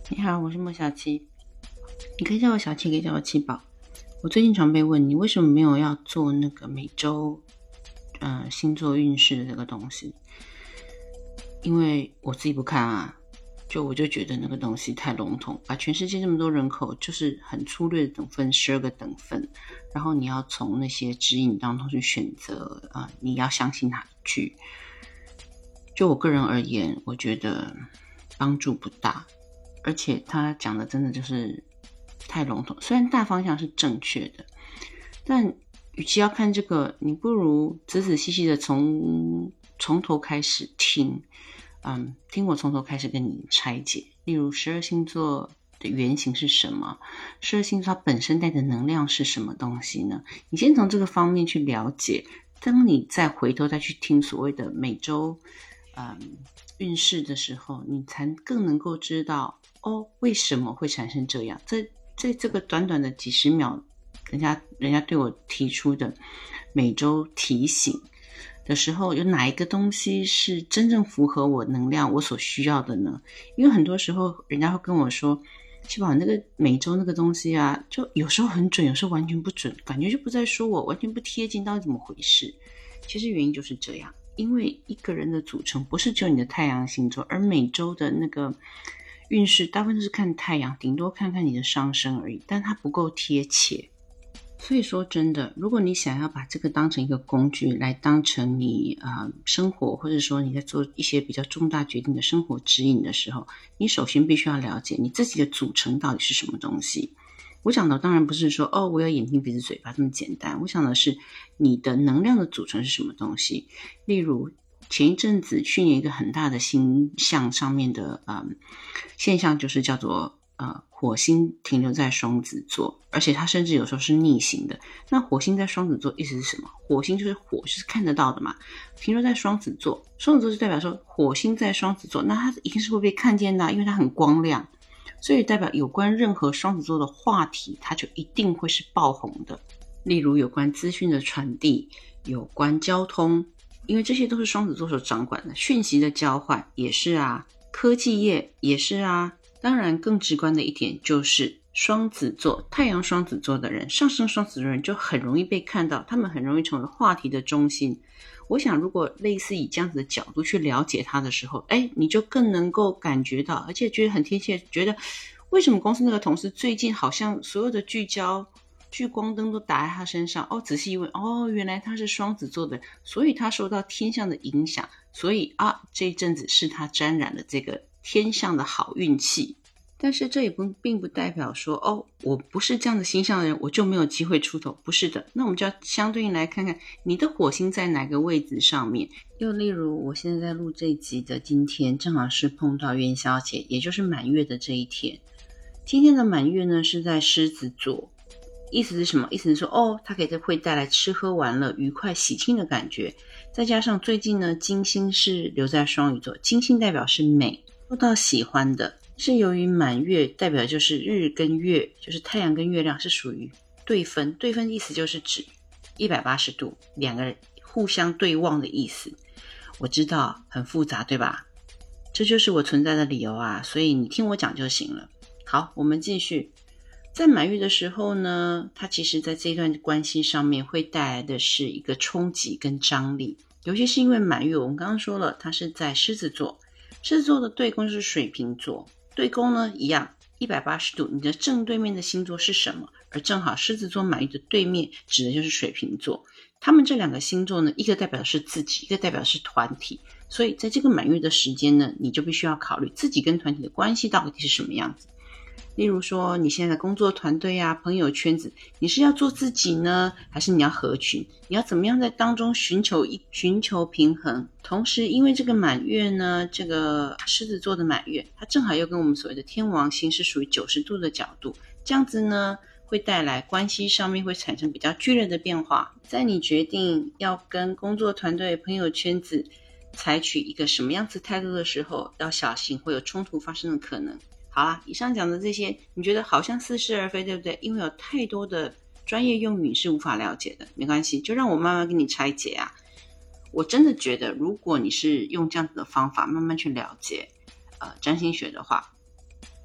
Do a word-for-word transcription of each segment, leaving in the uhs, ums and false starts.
你好，我是莫小七，你可以叫我小七，可以叫我七宝。我最近常被问，你为什么没有要做那个每周呃星座运势的这个东西？因为我自己不看啊，就我就觉得那个东西太笼统，把全世界这么多人口，就是很粗略的等分，十二个等分，然后你要从那些指引当中去选择啊、呃，你要相信哪一句。就我个人而言，我觉得帮助不大。而且他讲的真的就是太笼统，虽然大方向是正确的，但与其要看这个，你不如仔仔细细的从从头开始听，嗯，听我从头开始跟你拆解。例如十二星座的原型是什么？十二星座它本身带的能量是什么东西呢？你先从这个方面去了解，当你再回头再去听所谓的每周嗯运势的时候，你才更能够知道哦，为什么会产生这样。在在这个短短的几十秒，人家人家对我提出的每周提醒的时候，有哪一个东西是真正符合我能量我所需要的呢？因为很多时候人家会跟我说，七宝那个每周那个东西啊，就有时候很准，有时候完全不准，感觉就不在说我，完全不贴近，到底怎么回事？其实原因就是这样，因为一个人的组成不是只有你的太阳星座，而每周的那个运势大部分是看太阳，顶多看看你的上升而已，但它不够贴切。所以说真的，如果你想要把这个当成一个工具来当成你呃生活，或者说你在做一些比较重大决定的生活指引的时候，你首先必须要了解你自己的组成到底是什么东西。我讲的当然不是说哦我有眼睛鼻子嘴巴这么简单，我想的是你的能量的组成是什么东西。例如前一阵子去年一个很大的星象上面的呃现象，就是叫做呃火星停留在双子座，而且它甚至有时候是逆行的。那火星在双子座意思是什么？火星就是火，就是看得到的嘛，停留在双子座，双子座就代表说火星在双子座，那它一定是会被看见的、啊、因为它很光亮，所以代表有关任何双子座的话题，它就一定会是爆红的。例如有关资讯的传递，有关交通，因为这些都是双子座所掌管的，讯息的交换也是啊，科技业也是啊。当然更直观的一点就是双子座，太阳双子座的人，上升双子座的人就很容易被看到，他们很容易成为话题的中心。我想如果类似以这样子的角度去了解他的时候，哎，你就更能够感觉到，而且觉得很贴切，觉得为什么公司那个同事最近好像所有的聚焦聚光灯都打在他身上，哦，仔细一问，哦，原来他是双子座的，所以他受到天象的影响，所以啊，这一阵子是他沾染了这个天象的好运气。但是这也不并不代表说哦，我不是这样的星象的人我就没有机会出头，不是的。那我们就要相对应来看看你的火星在哪个位置上面。又例如我现在在录这一集的今天正好是碰到元宵节，也就是满月的这一天。今天的满月呢是在狮子座，意思是什么？意思是说哦，它可以会带来吃喝玩乐愉快喜庆的感觉。再加上最近呢金星是留在双鱼座，金星代表是美，受到喜欢的，是由于满月代表就是日跟月，就是太阳跟月亮是属于对分，对分意思就是指一百八十度，两个人互相对望的意思。我知道很复杂对吧？这就是我存在的理由啊，所以你听我讲就行了。好，我们继续。在满月的时候呢，它其实在这一段关系上面会带来的是一个冲击跟张力，尤其是因为满月我们刚刚说了它是在狮子座，狮子座的对宫就是水瓶座，对宫呢一样一百八十度，你的正对面的星座是什么？而正好狮子座满月的对面指的就是水瓶座，他们这两个星座呢，一个代表的是自己，一个代表的是团体，所以在这个满月的时间呢，你就必须要考虑自己跟团体的关系到底是什么样子。例如说你现在的工作团队啊，朋友圈子，你是要做自己呢，还是你要合群？你要怎么样在当中寻求一寻求平衡？同时因为这个满月呢，这个狮子座的满月它正好又跟我们所谓的天王星是属于九十度的角度，这样子呢会带来关系上面会产生比较剧烈的变化。在你决定要跟工作团队朋友圈子采取一个什么样子态度的时候，要小心会有冲突发生的可能。好啦，以上讲的这些你觉得好像似是而非对不对？因为有太多的专业用语是无法了解的，没关系，就让我慢慢跟你拆解啊。我真的觉得如果你是用这样子的方法慢慢去了解呃占星学的话，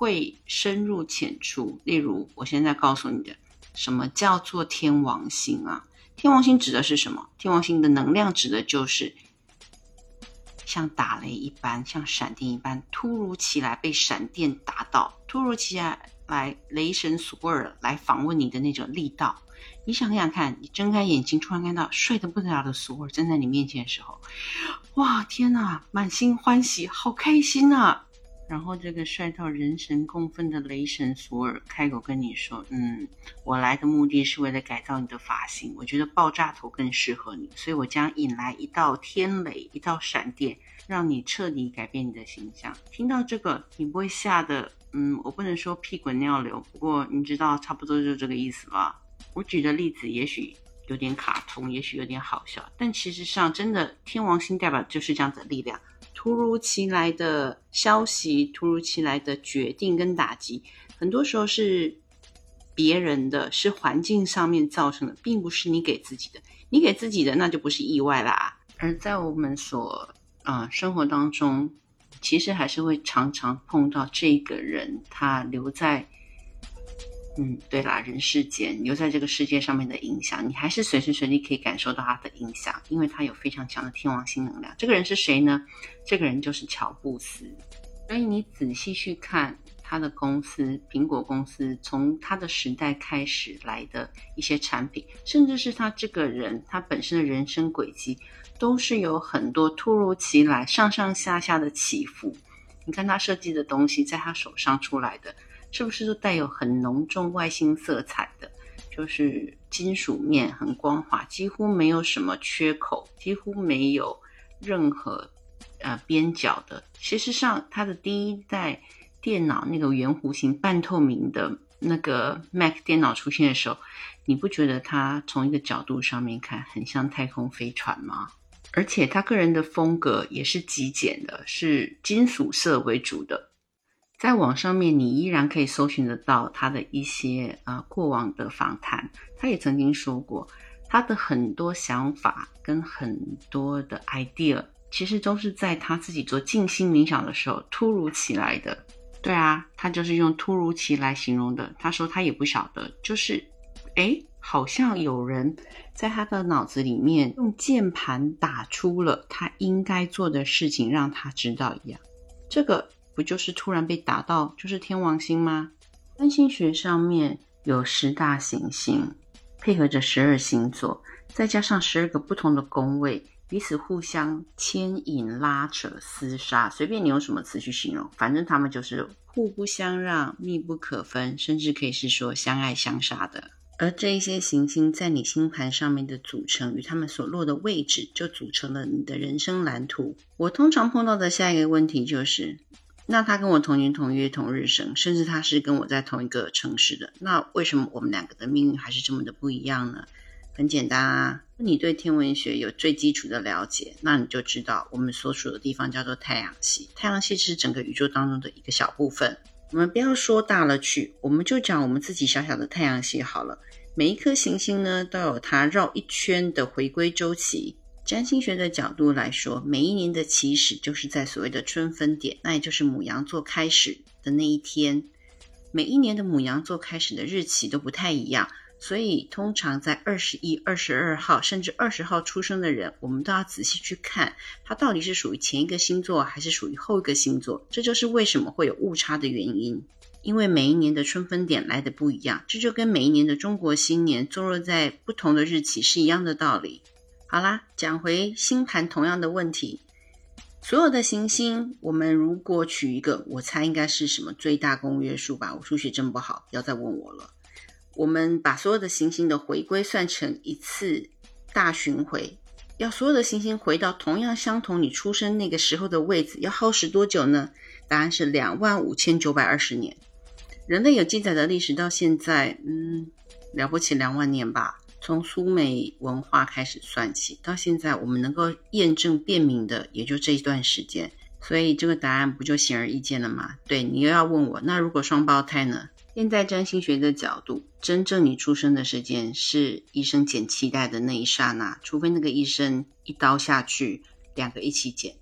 会深入浅出。例如我现在告诉你的，什么叫做天王星啊？天王星指的是什么？天王星的能量指的就是像打雷一般，像闪电一般，突如其来被闪电打到，突如其来雷神索尔来访问你的那种力道。你想想看，你睁开眼睛突然看到帅得不得了的索尔站在你面前的时候，哇，天哪，满心欢喜，好开心啊！然后这个帅到人神共愤的雷神索尔开口跟你说，嗯，我来的目的是为了改造你的发型，我觉得爆炸头更适合你，所以我将引来一道天雷，一道闪电，让你彻底改变你的形象。听到这个，你不会吓得，嗯，我不能说屁滚尿流，不过你知道差不多就是这个意思吧。我举的例子也许有点卡通，也许有点好笑，但其实上真的天王星代表就是这样的力量，突如其来的消息，突如其来的决定跟打击，很多时候是别人的，是环境上面造成的，并不是你给自己的。你给自己的那就不是意外啦。而在我们所呃生活当中，其实还是会常常碰到这个人他留在嗯，对啦，人世间留在这个世界上面的影响，你还是随时随地可以感受到他的影响，因为他有非常强的天王星能量。这个人是谁呢？这个人就是乔布斯。所以你仔细去看他的公司，苹果公司从他的时代开始来的一些产品，甚至是他这个人他本身的人生轨迹，都是有很多突如其来上上下下的起伏。你看他设计的东西在他手上出来的，是不是都带有很浓重外星色彩的，就是金属面很光滑，几乎没有什么缺口，几乎没有任何呃边角的。事实上它的第一代电脑那个圆弧形半透明的那个 Mac 电脑出现的时候，你不觉得它从一个角度上面看很像太空飞船吗？而且他个人的风格也是极简的，是金属色为主的。在网上面你依然可以搜寻得到他的一些呃过往的访谈，他也曾经说过他的很多想法跟很多的 idea 其实都是在他自己做静心冥想的时候突如其来的。对啊，他就是用突如其来形容的。他说他也不晓得，就是诶好像有人在他的脑子里面用键盘打出了他应该做的事情让他知道一样。这个不就是突然被打到就是天王星吗？占星学上面有十大行星，配合着十二星座，再加上十二个不同的宫位，彼此互相牵引拉扯厮杀，随便你用什么词去形容，反正他们就是互不相让，密不可分，甚至可以是说相爱相杀的。而这一些行星在你星盘上面的组成与他们所落的位置，就组成了你的人生蓝图。我通常碰到的下一个问题就是，那他跟我同年同月同日生，甚至他是跟我在同一个城市的，那为什么我们两个的命运还是这么的不一样呢？很简单啊，你对天文学有最基础的了解，那你就知道我们所处的地方叫做太阳系。太阳系是整个宇宙当中的一个小部分，我们不要说大了去，我们就讲我们自己小小的太阳系好了。每一颗行星呢都有它绕一圈的回归周期。占星学的角度来说，每一年的起始就是在所谓的春分点，那也就是牡羊座开始的那一天。每一年的牡羊座开始的日期都不太一样，所以通常在二十一、二十二号甚至二十号出生的人，我们都要仔细去看他到底是属于前一个星座还是属于后一个星座。这就是为什么会有误差的原因，因为每一年的春分点来的不一样，这就跟每一年的中国新年坐落在不同的日期是一样的道理。好啦，讲回星盘同样的问题，所有的行星我们如果取一个，我猜应该是什么最大公约数吧，我数学真不好，不要再问我了。我们把所有的行星的回归算成一次大巡回，要所有的行星回到同样相同你出生那个时候的位置，要耗时多久呢？答案是两万五千九百二十年。人类有记载的历史到现在，嗯，了不起两万年吧。从苏美文化开始算起，到现在我们能够验证辨明的也就这一段时间，所以这个答案不就显而易见了吗？对，你又要问我，那如果双胞胎呢？现在占星学的角度，真正你出生的时间是医生剪脐带的那一刹那，除非那个医生一刀下去两个一起剪，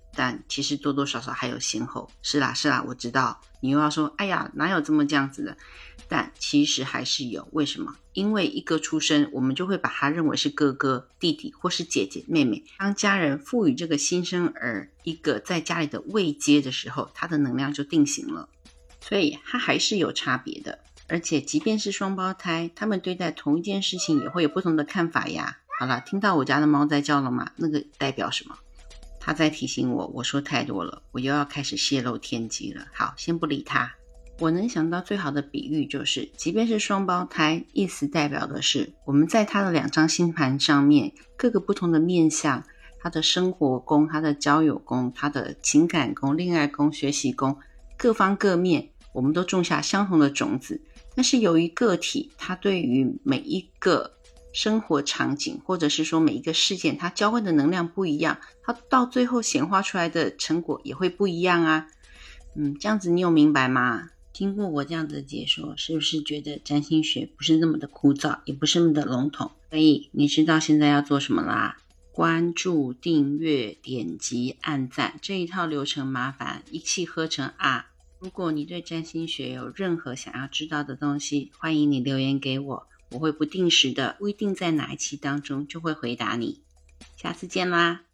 但其实多多少少还有先后。是啦是啦，我知道你又要说哎呀哪有这么这样子的，但其实还是有。为什么？因为一个出生，我们就会把他认为是哥哥、弟弟或是姐姐、妹妹。当家人赋予这个新生儿一个在家里的位阶的时候，他的能量就定型了，所以他还是有差别的。而且即便是双胞胎，他们对待同一件事情也会有不同的看法呀。好了，听到我家的猫在叫了吗？那个代表什么？他在提醒我，我说太多了，我又要开始泄露天机了。好，先不理他。我能想到最好的比喻就是，即便是双胞胎，意思代表的是我们在他的两张星盘上面各个不同的面向，他的生活宫、他的交友宫、他的情感宫、恋爱宫、学习宫，各方各面我们都种下相同的种子。但是由于个体他对于每一个生活场景或者是说每一个事件，它交换的能量不一样，它到最后显化出来的成果也会不一样啊。嗯，这样子你有明白吗？经过我这样的解说，是不是觉得占星学不是那么的枯燥，也不是那么的笼统？所以你知道现在要做什么啦？关注、订阅、点击、按赞，这一套流程麻烦一气呵成啊！如果你对占星学有任何想要知道的东西，欢迎你留言给我，我会不定时的，不一定在哪一期当中就会回答你。下次见啦！